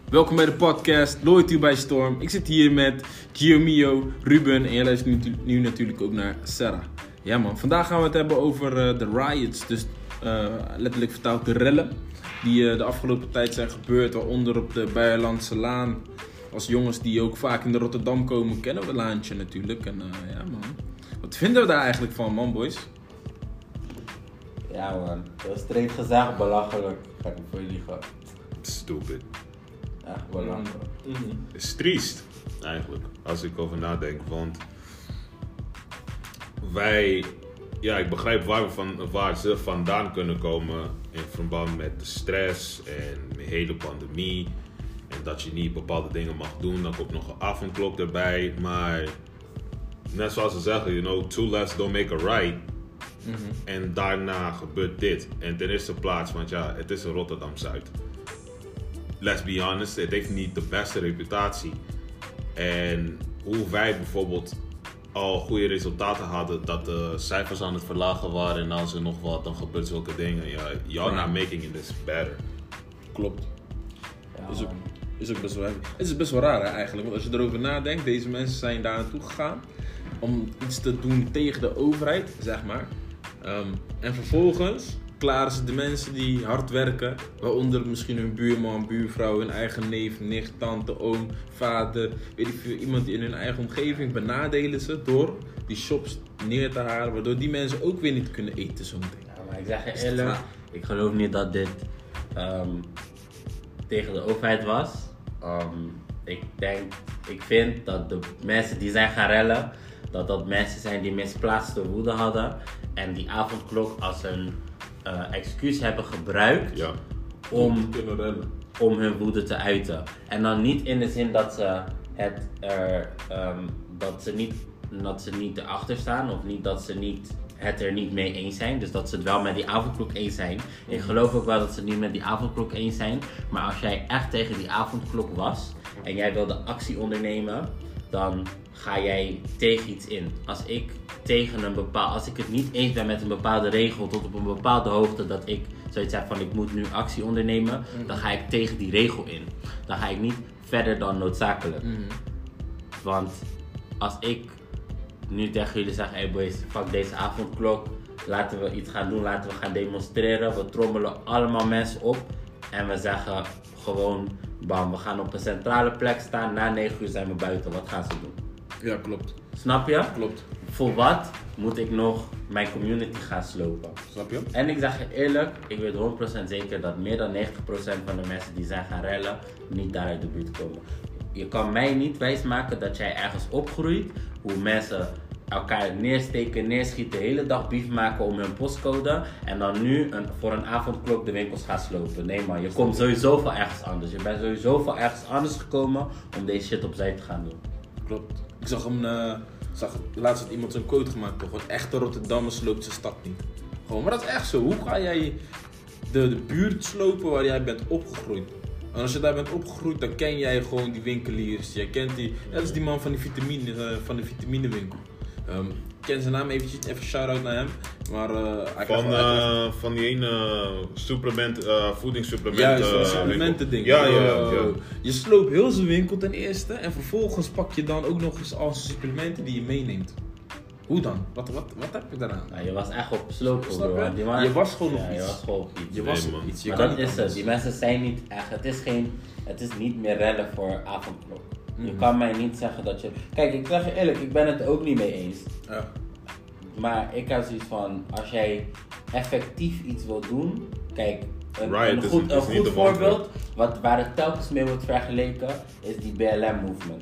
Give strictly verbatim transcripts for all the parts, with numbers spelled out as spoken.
Welkom bij de podcast Loyalty by Storm. Ik zit hier met Giomio, Ruben en jij luistert nu, nu natuurlijk ook naar Sarah. Ja man, vandaag gaan we het hebben over uh, de riots, dus uh, letterlijk vertaald de rellen die uh, de afgelopen tijd zijn gebeurd, waaronder op de Beierlandse Laan. Als jongens die ook vaak in de Rotterdam komen, kennen we Laantje natuurlijk. En uh, ja man, wat vinden we daar eigenlijk van man boys? Ja man, dat is straight gezegd belachelijk. Ga ik niet voor je liegen. Stupid. Echt belachelijk. Mm-hmm. Het is triest, eigenlijk, als ik over nadenk. Want wij, ja, ik begrijp waar, we van, waar ze vandaan kunnen komen in verband met de stress en de hele pandemie. En dat je niet bepaalde dingen mag doen. Dan komt nog een avondklok erbij. Maar net zoals ze zeggen, you know, two lefts don't make a right. Mm-hmm. En daarna gebeurt dit. En ten eerste plaats, want ja, het is een Rotterdam-Zuid. Let's be honest, het heeft niet de beste reputatie. En hoe wij bijvoorbeeld al goede resultaten hadden, dat de cijfers aan het verlagen waren en als er nog wat, dan gebeurt zulke dingen. Ja, you're not making it this better. Klopt. Ja, Is ook, man. is ook best wel heavy. Het is best wel raar hè, eigenlijk, want als je erover nadenkt, deze mensen zijn daar naartoe gegaan om iets te doen tegen de overheid, zeg maar. Um, en vervolgens klaren ze de mensen die hard werken, waaronder misschien hun buurman, buurvrouw, hun eigen neef, nicht, tante, oom, vader, weet ik veel, iemand in hun eigen omgeving, benadelen ze door die shops neer te halen, waardoor die mensen ook weer niet kunnen eten zometeen. Ja, maar ik zeg je Is het eerlijk, waar? ik geloof niet dat dit um, tegen de overheid was. Um, ik denk, ik vind dat de mensen die zijn gaan rellen, dat dat mensen zijn die misplaatste woede hadden en die avondklok als een uh, excuus hebben gebruikt Ja. om, kunnen rennen. om hun woede te uiten. En dan niet in de zin dat ze het er, um, dat ze niet, dat ze niet erachter staan of niet dat ze niet het er niet mee eens zijn. Dus dat ze het wel met die avondklok eens zijn. Ik geloof ook wel dat ze het niet met die avondklok eens zijn. Maar als jij echt tegen die avondklok was en jij wilde actie ondernemen, dan ga jij tegen iets in. Als ik tegen een bepaald, als ik het niet eens ben met een bepaalde regel tot op een bepaalde hoogte dat ik zoiets heb van ik moet nu actie ondernemen, mm. dan ga ik tegen die regel in. Dan ga ik niet verder dan noodzakelijk. Mm. Want als ik nu tegen jullie zeg, hey boys, fuck deze avondklok, laten we iets gaan doen, laten we gaan demonstreren, we trommelen allemaal mensen op en we zeggen gewoon, bam, we gaan op een centrale plek staan, na negen uur zijn we buiten, wat gaan ze doen? Ja, klopt. Snap je? Klopt. Voor wat moet ik nog mijn community gaan slopen? Snap je? En ik zeg je eerlijk, ik weet honderd procent zeker dat meer dan negentig procent van de mensen die zijn gaan rellen niet daar uit de buurt komen. Je kan mij niet wijsmaken dat jij ergens opgroeit, hoe mensen elkaar neersteken, neerschieten, de hele dag beef maken om hun postcode en dan nu een, voor een avondklok de winkels gaan slopen. Nee man, je komt sowieso van ergens anders. Je bent sowieso van ergens anders gekomen om deze shit opzij te gaan doen. Klopt. Ik zag hem, uh, zag laatst had iemand zo'n quote gemaakt, toch? Een echte Rotterdammer sloopt zijn stad niet. Gewoon, maar dat is echt zo. Hoe ga jij de, de buurt slopen waar jij bent opgegroeid? En als je daar bent opgegroeid, dan ken jij gewoon die winkeliers. Jij kent die, ja, dat is die man van, die vitamine, uh, van de vitaminewinkel. Um, ik ken zijn naam eventjes, even shout-out naar hem. Maar, uh, hij Van, krijgt wel uh, echt... van die ene supplement, uh, voedingssupplementen. Ja, zo'n uh, supplementen ding. Ja, ja, ja, ja. Je sloopt heel zijn winkel ten eerste en vervolgens pak je dan ook nog eens al zijn supplementen die je meeneemt. Hoe dan? Wat, wat, wat heb je daaraan? Nou, je was echt op slopen, Snap bro. je? Die man- Je was gewoon op ja, iets. je was gewoon op iets. Je Nee, was man. op iets. Je Maar kan dat niet is het. anders. Die mensen zijn niet echt. Het is geen. Het is niet meer rellen voor avondklok. Je Mhm. kan mij niet zeggen dat je. Kijk, ik zeg je eerlijk, ik ben het er ook niet mee eens. Ja. Maar ik heb zoiets van, als jij effectief iets wil doen, kijk, een, Riot een is- goed, is een niet goed de voorbeeld, wat, waar het telkens mee wordt vergeleken, is die B L M-movement.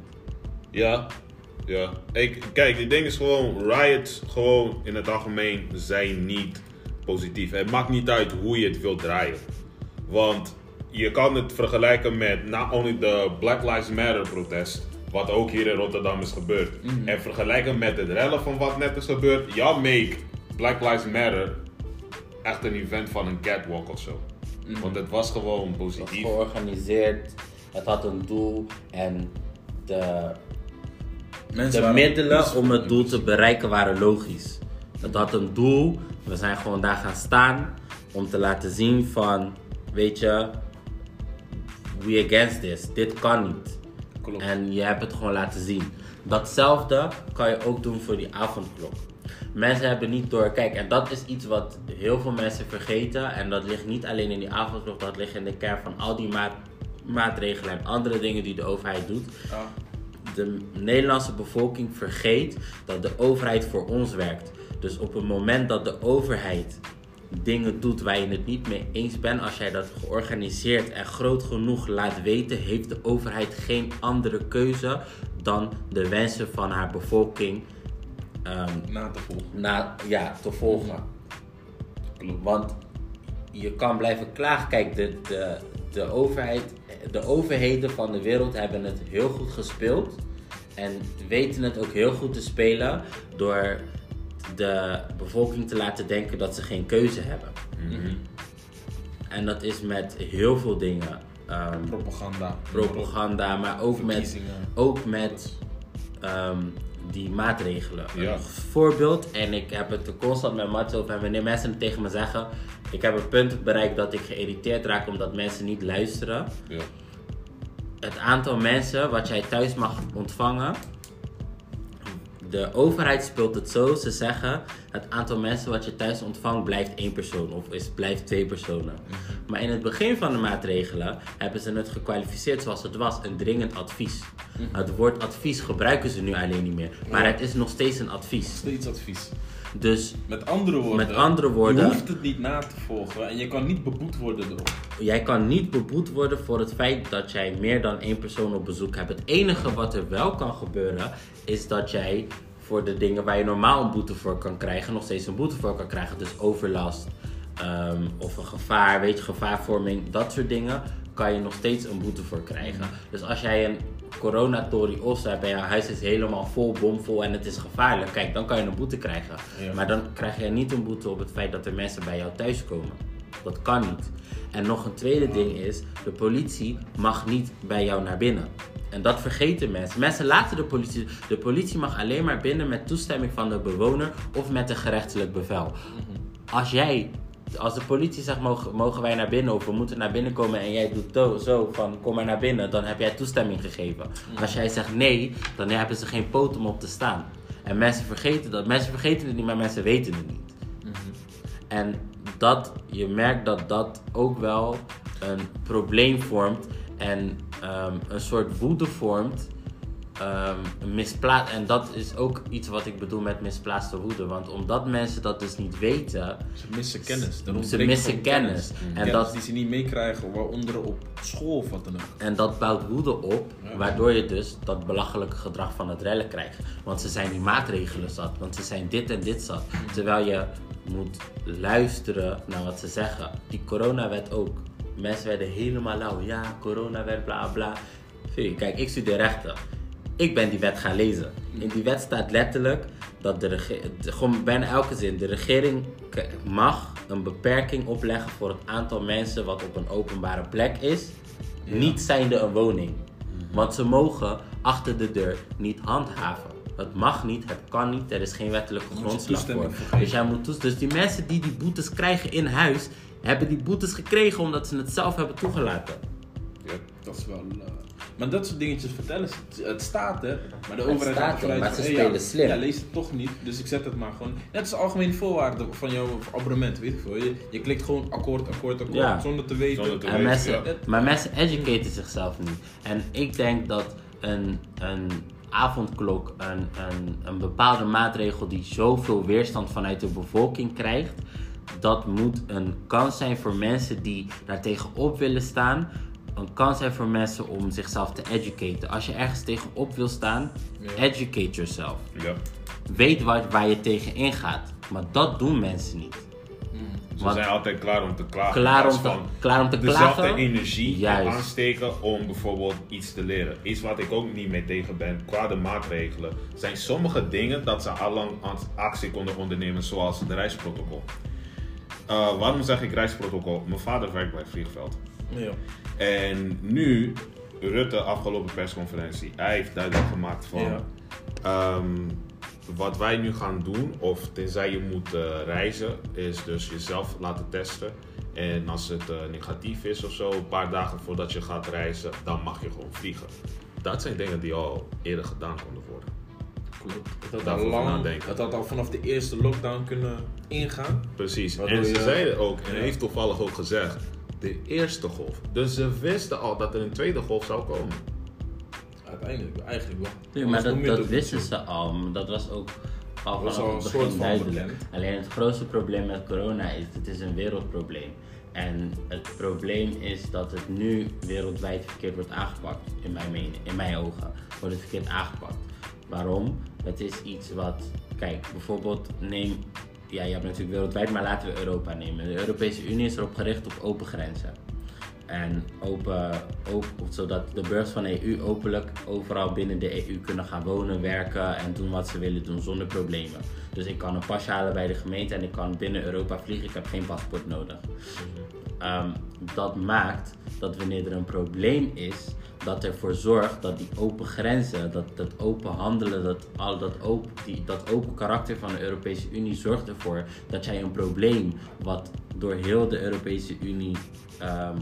Ja, ja. Ik, kijk, die ding is gewoon, riots gewoon in het algemeen zijn niet positief. Het maakt niet uit hoe je het wilt draaien. Want je kan het vergelijken met not only de Black Lives Matter protest, wat ook hier in Rotterdam is gebeurd. Mhm. En vergelijken met het rellen van wat net is gebeurd. Ja, make Black Lives Matter echt een event van een catwalk of zo. Mhm. Want het was gewoon Het was positief. georganiseerd, het had een doel en de, Mensen de waren middelen peaceful. om het doel te bereiken waren logisch. Het had een doel, we zijn gewoon daar gaan staan om te laten zien van, weet je, we against this. Dit kan niet. Klopt. En je hebt het gewoon laten zien. Datzelfde kan je ook doen voor die avondklok. Mensen hebben niet door... Kijk, en dat is iets wat heel veel mensen vergeten. En dat ligt niet alleen in die avondklok. Dat ligt in de kern van al die maat, maatregelen en andere dingen die de overheid doet. Ah. De Nederlandse bevolking vergeet dat de overheid voor ons werkt. Dus op het moment dat de overheid dingen doet waar je het niet mee eens bent, als jij dat georganiseerd en groot genoeg laat weten, heeft de overheid geen andere keuze dan de wensen van haar bevolking um, Na te volgen. na, ja, te volgen. Klopt. Want je kan blijven klagen. Kijk, de, de, de, overheid, de overheden van de wereld hebben het heel goed gespeeld. En weten het ook heel goed te spelen door de bevolking te laten denken dat ze geen keuze hebben. Mm-hmm. En dat is met heel veel dingen. Um, Propaganda. propaganda, maar ook met, Verkiezingen. ook met um, die maatregelen. Ja. Een voorbeeld, en ik heb het er constant met Mats over, en wanneer mensen het tegen me zeggen, ik heb een punt bereikt dat ik geïrriteerd raak omdat mensen niet luisteren. Ja. Het aantal mensen wat jij thuis mag ontvangen, de overheid speelt het zo, ze zeggen het aantal mensen wat je thuis ontvangt blijft één persoon of is, blijft twee personen. Mm-hmm. Maar in het begin van de maatregelen hebben ze het gekwalificeerd zoals het was, een dringend advies. Mm-hmm. Het woord advies gebruiken ze nu alleen niet meer, maar ja. Het is nog steeds een advies. Steeds advies. Dus met andere woorden, met andere woorden, je hoeft het niet na te volgen en je kan niet beboet worden erop. Jij kan niet beboet worden voor het feit dat jij meer dan één persoon op bezoek hebt. Het enige wat er wel kan gebeuren is dat jij voor de dingen waar je normaal een boete voor kan krijgen, nog steeds een boete voor kan krijgen. Dus overlast um, of een gevaar, weet je, gevaarvorming, dat soort dingen, kan je nog steeds een boete voor krijgen. Mm. Dus als jij een coronatori ossa hebt en jouw huis is helemaal vol, bomvol en het is gevaarlijk, kijk, dan kan je een boete krijgen. Ja. Maar dan krijg je niet een boete op het feit dat er mensen bij jou thuis komen. Dat kan niet. En nog een tweede ding is, de politie mag niet bij jou naar binnen. En dat vergeten mensen. Mensen laten de politie... De politie mag alleen maar binnen met toestemming van de bewoner of met een gerechtelijk bevel. Mm-hmm. Als jij... Als de politie zegt, mogen, mogen wij naar binnen of we moeten naar binnen komen en jij doet to, zo van kom maar naar binnen, dan heb jij toestemming gegeven. Mm-hmm. Als jij zegt nee, dan hebben ze geen poot om op te staan. En mensen vergeten dat. Mensen vergeten het niet, maar mensen weten het niet. Mm-hmm. En dat, je merkt dat dat ook wel een probleem vormt en um, een soort woede vormt, um, misplaatst. En dat is ook iets wat ik bedoel met misplaatste woede. Want omdat mensen dat dus niet weten, ze missen kennis. Ze missen kennis. kennis. En kennis dat, die ze niet meekrijgen, waaronder op school of wat dan ook. En dat bouwt woede op, ja. Waardoor je dus dat belachelijke gedrag van het rellen krijgt. Want ze zijn die maatregelen zat, want ze zijn dit en dit zat. Mm. Terwijl je moet luisteren naar wat ze zeggen. Die coronawet ook. Mensen werden helemaal lauw. Ja, coronawet, bla bla. Kijk, ik studeer rechten. Ik ben die wet gaan lezen. In die wet staat letterlijk dat de regering, gewoon bijna elke zin, de regering mag een beperking opleggen voor het aantal mensen wat op een openbare plek is, ja. Niet zijnde een woning. Mm-hmm. Want ze mogen achter de deur niet handhaven. Het mag niet, het kan niet, er is geen wettelijke grondslag voor. Dus jij moet toestemmen. Dus die mensen die die boetes krijgen in huis, hebben die boetes gekregen omdat ze het zelf hebben toegelaten. Ja, dat is wel... Uh... Maar dat soort dingetjes vertellen, het staat er, maar de het overheid staat er, maar ze hey, spelen ja, slim. Ja, lees het toch niet, dus ik zet het maar gewoon. Net als de algemene voorwaarden van jouw abonnement, weet ik veel. Je, je klikt gewoon akkoord, akkoord, akkoord, ja. zonder te weten. Zonder te en weten mensen, ja. Maar mensen educaten zichzelf niet. En ik denk dat een, een avondklok, een, een, een bepaalde maatregel die zoveel weerstand vanuit de bevolking krijgt, dat moet een kans zijn voor mensen die daar tegenop willen staan. Een kans zijn voor mensen om zichzelf te educaten. Als je ergens tegenop wil staan, ja. Educate yourself. Ja. Weet wat, waar je tegen ingaat. Maar dat doen mensen niet. Ze Want zijn altijd klaar om te klagen. Klaar om te, klaar om te dezelfde klagen. energie aansteken om bijvoorbeeld iets te leren. Iets wat ik ook niet mee tegen ben qua de maatregelen. Zijn sommige dingen dat ze allang actie konden ondernemen, zoals het reisprotocol. Uh, waarom zeg ik reisprotocol? Mijn vader werkt bij het vliegveld. Ja. En nu, Rutte, afgelopen persconferentie, hij heeft duidelijk gemaakt van... Ja. Um, wat wij nu gaan doen, of tenzij je moet uh, reizen, is dus jezelf laten testen. En als het uh, negatief is of zo, een paar dagen voordat je gaat reizen, dan mag je gewoon vliegen. Dat zijn dingen die al eerder gedaan konden worden. Klopt. Het had, al Daarvoor lang, nadenken. het had al vanaf de eerste lockdown kunnen ingaan. Precies. Waardoor En ze je- zeiden ook, en Ja. heeft toevallig ook gezegd, de eerste golf. Dus ze wisten al dat er een tweede golf zou komen. Uiteindelijk, eigenlijk wel. Nee, Anders maar noem dat, je het dat ook wisten niet zo. ze al, maar dat was ook al Dat was vanaf al het een begin soort van duidelijk. bekend. Alleen het grootste probleem met corona is, het is een wereldprobleem. En het probleem is dat het nu wereldwijd verkeerd wordt aangepakt, in mijn mening, in mijn ogen, wordt het verkeerd aangepakt. Waarom? Het is iets wat, kijk, bijvoorbeeld neem, ja je hebt natuurlijk wereldwijd, maar laten we Europa nemen. De Europese Unie is erop gericht op open grenzen. En open, open, zodat de burgers van de E U openlijk overal binnen de E U kunnen gaan wonen, werken en doen wat ze willen doen zonder problemen. Dus ik kan een pasje halen bij de gemeente en ik kan binnen Europa vliegen, ik heb geen paspoort nodig. Um, dat maakt dat wanneer er een probleem is, dat ervoor zorgt dat die open grenzen, dat, dat open handelen, dat, al dat, open, die, dat open karakter van de Europese Unie zorgt ervoor dat jij een probleem wat door heel de Europese Unie, um,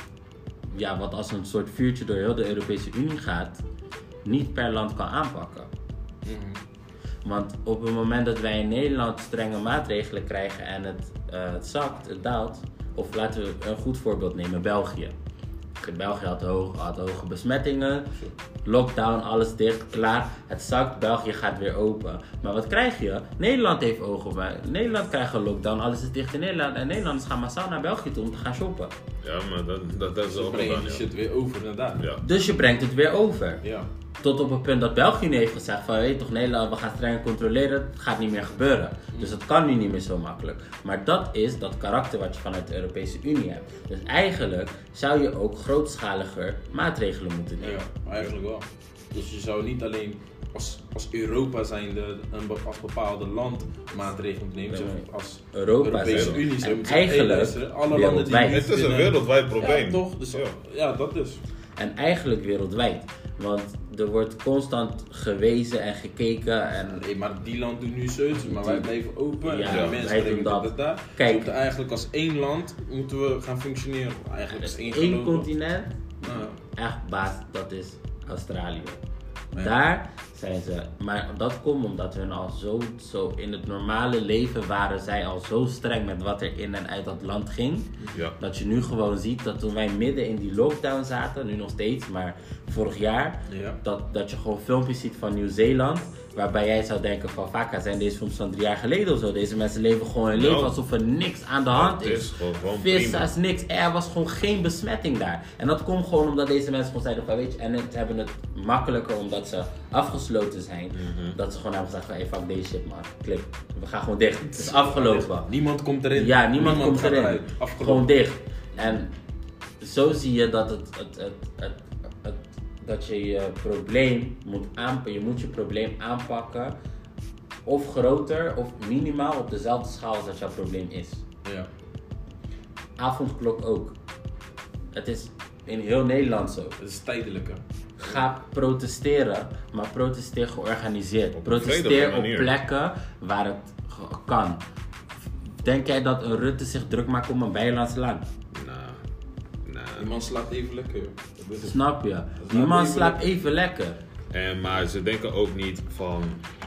ja, wat als een soort vuurtje door heel de Europese Unie gaat, niet per land kan aanpakken. Mhm. Want op het moment dat wij in Nederland strenge maatregelen krijgen en het, uh, het zakt, het daalt, of laten we een goed voorbeeld nemen, België. België had, hoog, had hoge besmettingen, lockdown, alles dicht, klaar. Het zakt, België gaat weer open. Maar wat krijg je? Nederland heeft ogen bij. Nederland krijgt een lockdown, alles is dicht in Nederland. En Nederlanders gaan massaal naar België toe om te gaan shoppen. Ja, maar dat, dat, dat is Ze ook brengen gedaan, die ja. shit weer over naar daar. Ja. Dus je brengt het weer over. Ja. Tot op het punt dat België nu heeft gezegd van, weet je toch, Nederland, we gaan strenger controleren, het gaat niet meer gebeuren. Dus dat kan nu niet meer zo makkelijk. Maar dat is dat karakter wat je vanuit de Europese Unie hebt. Dus eigenlijk zou je ook grootschaliger maatregelen moeten nemen. Ja, eigenlijk wel. Dus je zou niet alleen als, als Europa zijnde een be- als bepaalde land maatregelen moeten nemen, Nee, zoals als Europa Europese zijn- Unie en zou moeten zeggen, eigenlijk hey, luister, alle landen die wereldwijd. niet Het is een binnen- wereldwijd probleem. Ja, toch? Dus, Ja. ja, dat dus. En eigenlijk wereldwijd. Want er wordt constant gewezen en gekeken en... Nee, maar die land doet nu zoiets, maar wij blijven open. Ja, en die mensen wij brengen doen dat. dat. dat daar. Kijk. We moeten eigenlijk als één land moeten we gaan functioneren. Eigenlijk Er als is één één geloof. continent, Ja. echt baas, dat is Australië. Ja. Daar zijn ze, maar dat komt omdat hun al zo, zo in het normale leven waren zij al zo streng met wat er in en uit dat land ging. Ja. Dat je nu gewoon ziet dat toen wij midden in die lockdown zaten, nu nog steeds, maar vorig jaar, Ja. dat, dat je gewoon filmpjes ziet van Nieuw-Zeeland. Waarbij jij zou denken van vaak zijn deze films van drie jaar geleden of zo. Deze mensen leven gewoon hun Nou, leven alsof er niks aan de hand het is. is gewoon- gewoon Vissa prima. is niks. Er was gewoon geen besmetting daar. En dat komt gewoon omdat deze mensen gewoon zeiden van weet je. En het hebben het makkelijker omdat ze afgesloten zijn. Mhm. Dat ze gewoon hebben gezegd van hey fuck deze shit man. Clip. We gaan gewoon dicht. Het is afgelopen. Niemand komt erin. Ja, niemand, komt gaat erin. eruit. Afgelopen. Gewoon dicht. En zo zie je dat het, het, het, het, het- dat je je probleem moet aanpakken. Je moet je probleem aanpakken. Of groter of minimaal op dezelfde schaal als dat jouw probleem is. Ja. Avondklok ook. Het is in heel Nederland zo. Het is tijdelijke. Ga protesteren, maar protesteer georganiseerd. Op een Protesteer vredige op manier. plekken waar het ge- kan. Denk jij dat een Rutte zich druk maakt om een Bijlandse land? Nou, nou. Die man slaapt even lekker. joh. Dat is het. Snap je? is Die wel man even slaapt lekker. even lekker. En, maar ze denken ook niet van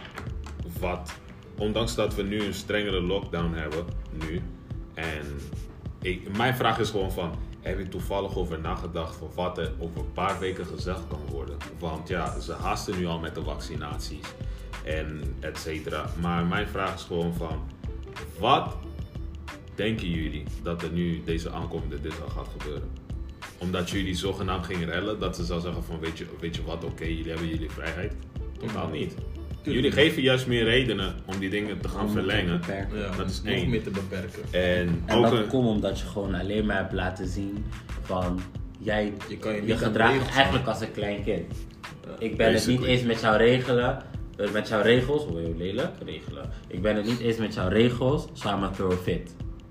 wat, ondanks dat we nu een strengere lockdown hebben, nu. En ik, mijn vraag is gewoon van, heb je toevallig over nagedacht van wat er over een paar weken gezegd kan worden? Want ja, ze haasten nu al met de vaccinaties en et cetera. Maar mijn vraag is gewoon van, wat denken jullie dat er nu deze aankomende dinsdag gaat gebeuren? Omdat jullie zogenaamd gingen rellen, dat ze zou zeggen van weet je, weet je wat, oké, jullie hebben jullie vrijheid. Totaal niet. Jullie geven juist meer redenen om die dingen te gaan Om het te verlengen. beperken. Ja, Dat is nog één. meer te beperken. En, En ook dat een- komt omdat je gewoon alleen maar hebt laten zien van jij Je kan je je niet aan de gedraagt regels eigenlijk als een klein kind. Ik ben het niet Basically. eens met jouw regelen, eh, met jouw regels, hoe heel lelijk, regelen. Ik ben het niet eens met jouw regels, so I'm a throw a fit.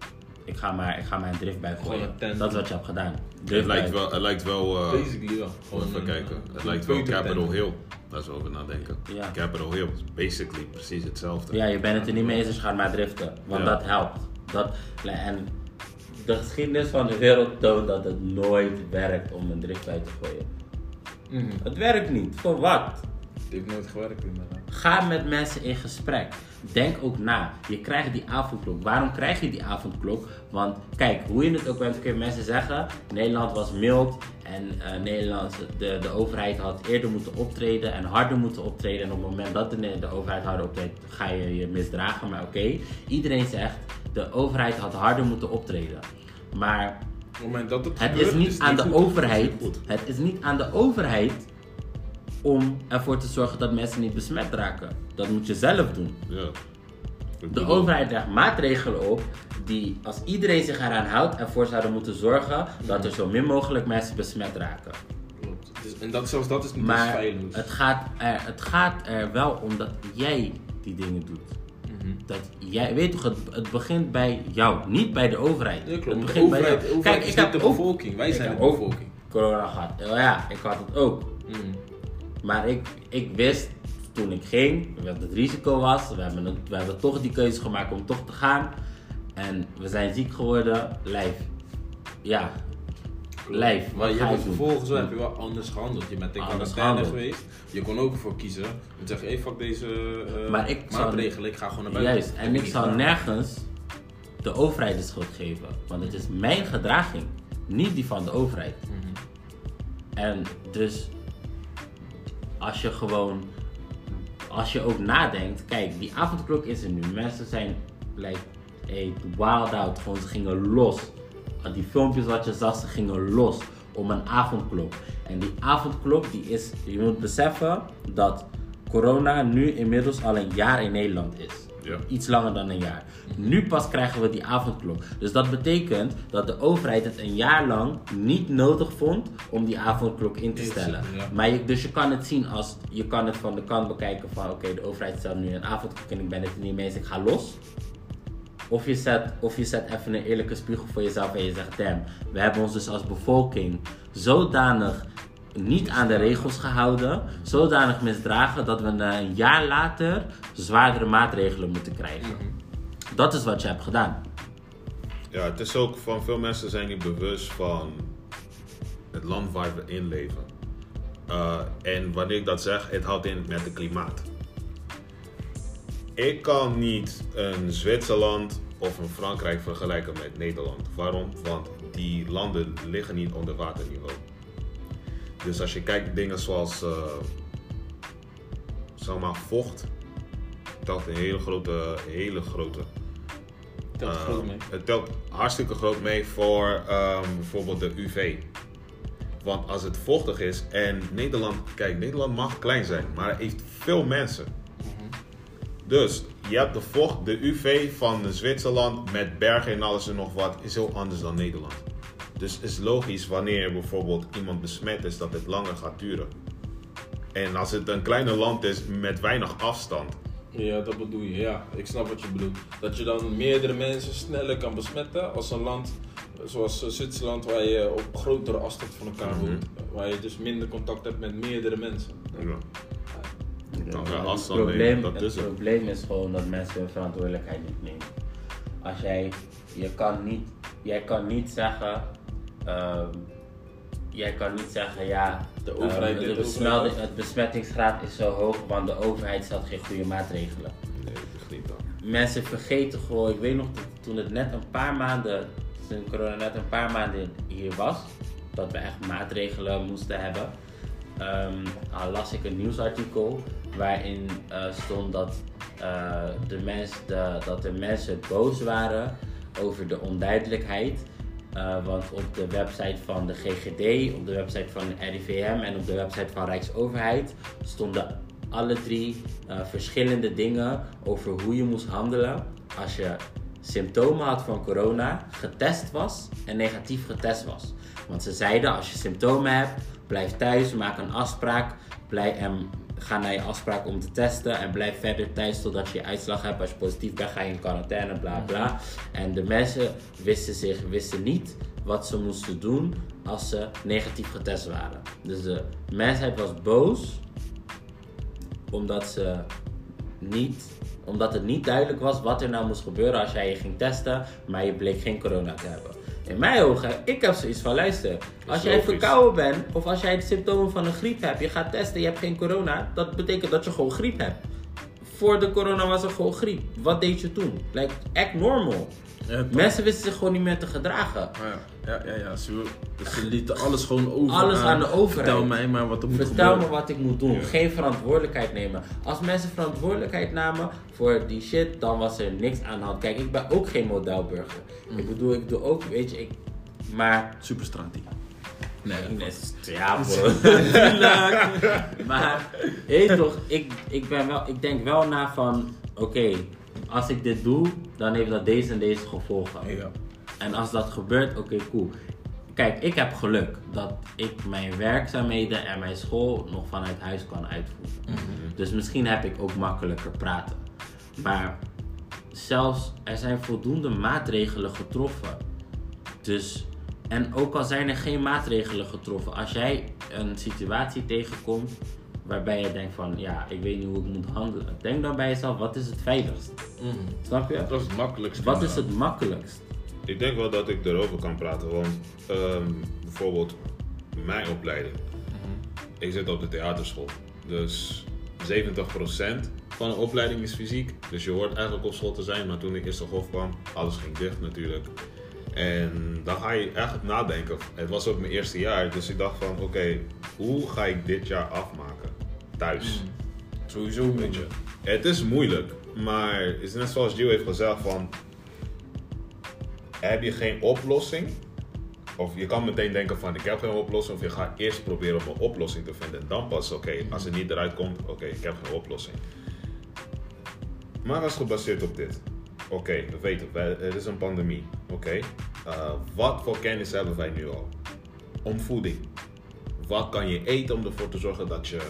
ik ga maar, ik ga maar een driftbui Gewoon gooien. een tent. Dat is wat je hebt gedaan. Het Driftbui. lijkt wel, het lijkt wel uh, Basically wel. gewoon even een, kijken. uh, Het een lijkt wel peutertent. Capitol Hill. Daar zullen we over nadenken. Ja. Capitol Hill is basically precies hetzelfde. Ja, je bent het er niet mee eens, dus ga maar driften. Want Ja. dat helpt. Dat, en de geschiedenis van de wereld toont dat het nooit werkt om een driftbui te gooien. Mhm. Het werkt niet. Voor wat? Het heeft nooit gewerkt inderdaad. Ga met mensen in gesprek. Denk ook na. Je krijgt die avondklok. Waarom krijg je die avondklok? Want kijk, hoe je het ook bent, kun je mensen zeggen. Nederland was mild en uh, Nederland, de, de overheid had eerder moeten optreden en harder moeten optreden. En op het moment dat de, de overheid harder optreedt, ga je je misdragen. Maar oké, okay, iedereen zegt, de overheid had harder moeten optreden. Maar Op het moment dat het, het gebeurt, is niet het aan de goed. overheid. Het is niet goed. Het is niet aan de overheid om ervoor te zorgen dat mensen niet besmet raken. Dat moet je zelf doen. Ja. Ik De bedoel, overheid legt maatregelen op die, als iedereen zich eraan houdt, ervoor zouden moeten zorgen dat er zo min mogelijk mensen besmet raken. Klopt. Dus, en dat, zelfs dat is niet Maar feilloos. het gaat, er, het gaat er wel om dat jij die dingen doet. Mhm. Dat jij, weet toch, het, het begint bij jou, niet bij de overheid. Ja, Het klopt. De begint bij overheid, jou. de overheid Kijk, is ik niet heb de ook bevolking. Wij ik zijn heb de ook bevolking. corona gehad. Oh ja, ik had het ook. Mhm. Maar ik, ik wist toen ik ging wat het risico was. We hebben, het, we hebben toch die keuze gemaakt om toch te gaan. En we zijn ziek geworden. Lijf. Ja. Lijf. Wat Maar je ga hebt je doen? vervolgens heb je wel anders gehandeld. Je bent in Anders quarantaine gehandeld. geweest. Je kon ook ervoor kiezen om te zeggen, hey, fuck deze uh, Maar ik zou- maatregelen, ik ga gewoon naar buiten. Juist. Dat En heb ik niet zal gedaan. nergens de overheid de schuld geven. Want het is mijn gedraging. Niet die van de overheid. Mhm. En dus als je gewoon, als je ook nadenkt, kijk, die avondklok is er nu. Mensen zijn like, hey, wild out, gewoon ze gingen los. Die filmpjes wat je zag, ze gingen los om een avondklok. En die avondklok, die is, je moet beseffen dat corona nu inmiddels al een jaar in Nederland is. Ja. Iets langer dan een jaar. Nu pas krijgen we die avondklok. Dus dat betekent dat de overheid het een jaar lang niet nodig vond om die avondklok in te In te stellen. zetten, ja. Maar je, dus je kan het zien als, je kan het van de kant bekijken van oké, de overheid stelt nu een avondklok en ik ben het er niet mee eens, ik ga los. Of je, zet, of je zet even een eerlijke spiegel voor jezelf en je zegt, damn, we hebben ons dus als bevolking zodanig niet aan de regels gehouden, zodanig misdragen dat we een jaar later zwaardere maatregelen moeten krijgen. Mhm. Dat is wat je hebt gedaan. Ja, het is ook van veel mensen zijn niet bewust van het land waar we in leven. Uh, en wanneer ik dat zeg, het houdt in met het klimaat. Ik kan niet een Zwitserland of een Frankrijk vergelijken met Nederland. Waarom? Want die landen liggen niet onder waterniveau. Dus als je kijkt dingen zoals uh, zeg maar vocht, telt een hele grote, hele grote. Telt Uh, groot mee. Het telt hartstikke groot mee voor um, bijvoorbeeld de U V. Want als het vochtig is en Nederland, kijk, Nederland mag klein zijn, maar het heeft veel mensen. Mhm. Dus je hebt de vocht, de U V van Zwitserland met bergen en alles en nog wat, is heel anders dan Nederland. Dus het is logisch wanneer bijvoorbeeld iemand besmet is dat het langer gaat duren. En als het een kleiner land is met weinig afstand. Ja, dat bedoel je. Ja, ik snap wat je bedoelt. Dat je dan meerdere mensen sneller kan besmetten als een land zoals Zwitserland, waar je op grotere afstand van elkaar Mhm. woont. Waar je dus minder contact hebt met meerdere mensen. Ja. Dan Ja, ga je het afstand probleem, nemen, dat het is het. probleem is gewoon dat mensen hun verantwoordelijkheid niet nemen. Als jij, je kan niet, jij kan niet zeggen, ehm, jij kan niet zeggen ja, De overheid ehm, dit, de de besmelde- overheid het besmettingsgraad is zo hoog, want de overheid stelt geen goede maatregelen. Nee, dat is niet dan. Mensen vergeten gewoon, ik weet nog dat toen het net een paar maanden, toen corona net een paar maanden hier was, dat we echt maatregelen moesten hebben. Um, al las ik een nieuwsartikel waarin uh, stond dat, uh, de mens, de, dat de mensen boos waren over de onduidelijkheid. Uh, want op de website van de G G D, op de website van de R I V M en op de website van Rijksoverheid stonden alle drie uh, verschillende dingen over hoe je moest handelen als je symptomen had van corona, getest was en negatief getest was. Want ze zeiden als je symptomen hebt, blijf thuis, maak een afspraak, blijf, en ga naar je afspraak om te testen en blijf verder thuis totdat je je uitslag hebt. Als je positief bent, ga je in quarantaine, bla bla. En de mensen wisten, zich, wisten niet wat ze moesten doen als ze negatief getest waren. Dus de mensheid was boos omdat, ze niet, omdat het niet duidelijk was wat er nou moest gebeuren als jij je ging testen, maar je bleek geen corona te hebben. In mijn ogen, ik heb zoiets van, luister, als jij verkouden bent of als jij de symptomen van een griep hebt, je gaat testen, je hebt geen corona, dat betekent dat je gewoon griep hebt. Voor de corona was er gewoon griep. Wat deed je toen? Like, act normal. Ja, mensen wisten zich gewoon niet meer te gedragen. Ah, ja, ja, ja. ja. Ze, ze lieten alles gewoon over Alles aan, aan de overheid. Vertel mij maar wat er moet Vertel gebeuren. me wat ik moet doen. Ja. Geen verantwoordelijkheid nemen. Als mensen verantwoordelijkheid namen voor die shit, dan was er niks aan de hand. Kijk, ik ben ook geen modelburger. Mm. Ik bedoel, ik doe ook, weet je, ik... Maar... Superstratie. Nee, nee, ja bro. Maar, hé toch, ik, ik, ben wel, ik denk wel na van, oké, okay, als ik dit doe, dan heeft dat deze en deze gevolgen. Ja. En als dat gebeurt, oké, okay, cool. Kijk, ik heb geluk dat ik mijn werkzaamheden en mijn school nog vanuit huis kan uitvoeren. Mm-hmm. Dus misschien heb ik ook makkelijker praten. Maar zelfs, er zijn voldoende maatregelen getroffen. Dus... En ook al zijn er geen maatregelen getroffen, als jij een situatie tegenkomt waarbij je denkt van, ja, ik weet niet hoe ik moet handelen. Denk dan bij jezelf, wat is het veiligst? Mm. Snap je? Dat is het makkelijkst. Wat is het makkelijkst? Ik denk wel dat ik erover kan praten, want um, bijvoorbeeld mijn opleiding. Mm-hmm. Ik zit op de theaterschool, dus zeventig procent van de opleiding is fysiek. Dus je hoort eigenlijk op school te zijn, maar toen ik eerst op golf kwam, alles ging dicht natuurlijk. En dan ga je eigenlijk nadenken. Het was ook mijn eerste jaar, dus ik dacht van oké, okay, hoe ga ik dit jaar afmaken? Thuis. Mm. Sowieso moet je. Het is moeilijk, maar het is net zoals Gio heeft gezegd van, heb je geen oplossing? Of je kan meteen denken van ik heb geen oplossing, of je gaat eerst proberen om een oplossing te vinden. En dan pas, oké, okay, als het niet eruit komt, oké, okay, ik heb geen oplossing. Maar het was gebaseerd op dit. Oké, okay, we weten, er is een pandemie. Oké, okay. uh, wat voor kennis hebben wij nu al? Om voeding. Wat kan je eten om ervoor te zorgen dat je,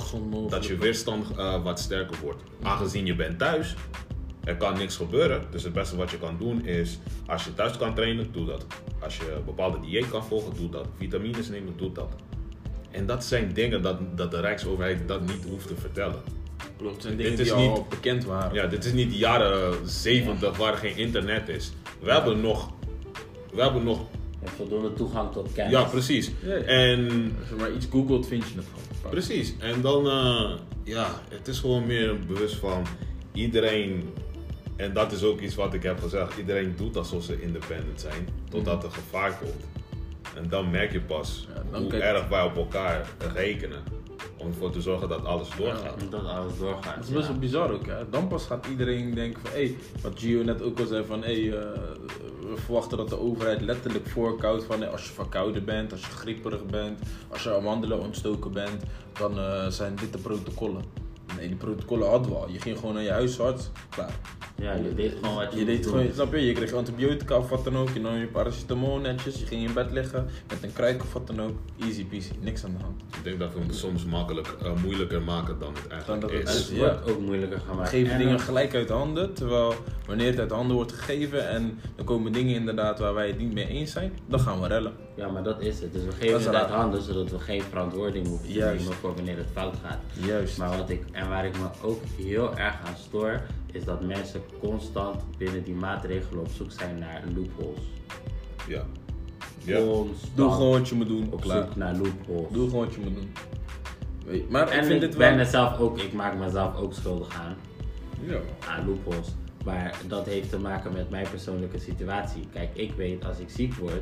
dat je weerstand uh, wat sterker wordt? Aangezien je bent thuis, er kan niks gebeuren. Dus het beste wat je kan doen is, als je thuis kan trainen, doe dat. Als je een bepaalde dieet kan volgen, doe dat. Vitamines nemen, doe dat. En dat zijn dingen dat, dat de Rijksoverheid dat niet hoeft te vertellen. Klopt, het zijn dingen die al niet, bekend waren. Ja, dit is niet de jaren zeventig waar er geen internet is. We hebben nog... We hebben nog... Je hebt voldoende toegang tot kennis. Ja, precies. Ja, ja. En... Als je maar iets googelt, vind je het gewoon. Precies. En dan... Uh, ja, het is gewoon meer bewust van... Iedereen... En dat is ook iets wat ik heb gezegd. Iedereen doet alsof ze independent zijn. Totdat er gevaar komt. En dan merk je pas ja, hoe erg wij op elkaar rekenen. Om ervoor te zorgen dat alles doorgaat. Ja, dat alles doorgaat. Dat is best wel ja. bizar ook, hè. Dan pas gaat iedereen denken van, hé, hey, wat Gio net ook al zei van, hé, hey, uh, we verwachten dat de overheid letterlijk voorkoudt van, hey, als je verkouden bent, als je grieperig bent, als je aan wandelen ontstoken bent, dan uh, zijn dit de protocollen. Nee, die protocollen hadden we al. Je ging gewoon naar je huisarts, klaar. Ja, je deed gewoon wat je, je deed doen. gewoon, snap je? Je kreeg antibiotica of wat dan ook. Je nam je paracetamol netjes. Je ging in bed liggen met een kruik of wat dan ook. Easy peasy, niks aan de hand. Ik denk dat we het soms makkelijk, uh, moeilijker maken dan het eigenlijk dan is. Het wordt ja. ook moeilijker gemaakt. We geven en dingen dan... gelijk uit handen. Terwijl wanneer het uit handen wordt gegeven en er komen dingen inderdaad waar wij het niet mee eens zijn, dan gaan we rellen. Ja, maar dat is het. Dus we geven het uit handen zodat we geen verantwoording hoeven te nemen voor wanneer het fout gaat. Juist. Maar wat ik, en waar ik me ook heel erg aan stoor, is dat mensen constant binnen die maatregelen op zoek zijn naar loopholes. Ja. ja. Doe gewoon wat je moet doen. Op klaar. zoek naar loopholes. Doe gewoon wat je moet doen. Weet, maar en ik vind ik dit ben wel... er zelf ook, ik maak mezelf ook schuldig aan. Ja. Aan loopholes. Maar dat heeft te maken met mijn persoonlijke situatie. Kijk, ik weet als ik ziek word,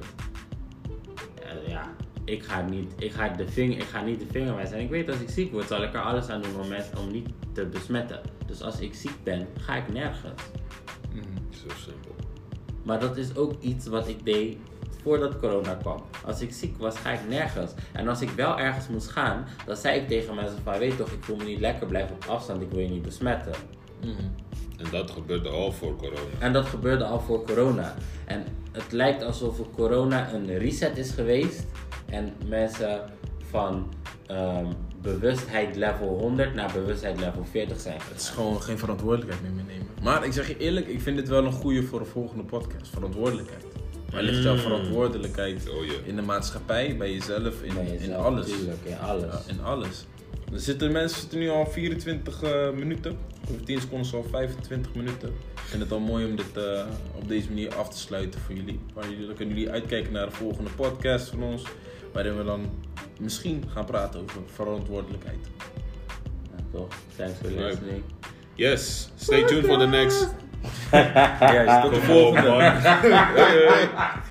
uh, ja, ik ga niet, ik ga de vinger, ik ga niet de vinger wijzen. En ik weet als ik ziek word, zal ik er alles aan doen om mensen om niet te besmetten. Dus als ik ziek ben, ga ik nergens. Mm, zo simpel. Maar dat is ook iets wat ik deed voordat corona kwam. Als ik ziek was, ga ik nergens. En als ik wel ergens moest gaan, dan zei ik tegen mensen van, weet toch, ik voel me niet lekker, blijf op afstand, ik wil je niet besmetten. Mm. En dat gebeurde al voor corona. En dat gebeurde al voor corona. En het lijkt alsof corona een reset is geweest. En mensen van um, bewustzijn level honderd naar bewustzijn level veertig zijn gegaan. Het is gewoon geen verantwoordelijkheid meer nemen. Maar ik zeg je eerlijk, ik vind dit wel een goede voor de volgende podcast. Verantwoordelijkheid. Maar ligt jouw verantwoordelijkheid Oh, yeah. in de maatschappij, bij jezelf, in, Bij in jezelf, alles. Tuurlijk, in alles. Ja, in alles. Er zitten mensen zitten nu al vierentwintig uh, minuten. Over tien seconden is al vijfentwintig minuten. Ik vind het al mooi om dit uh, op deze manier af te sluiten voor jullie. Maar jullie, dan kunnen jullie uitkijken naar de volgende podcast van ons. Waarin we dan misschien gaan praten over verantwoordelijkheid. Ja, toch? Thanks for listening. Yes, stay tuned for the next. Juist, tot de Kom op, volgende. man. Hey, hey.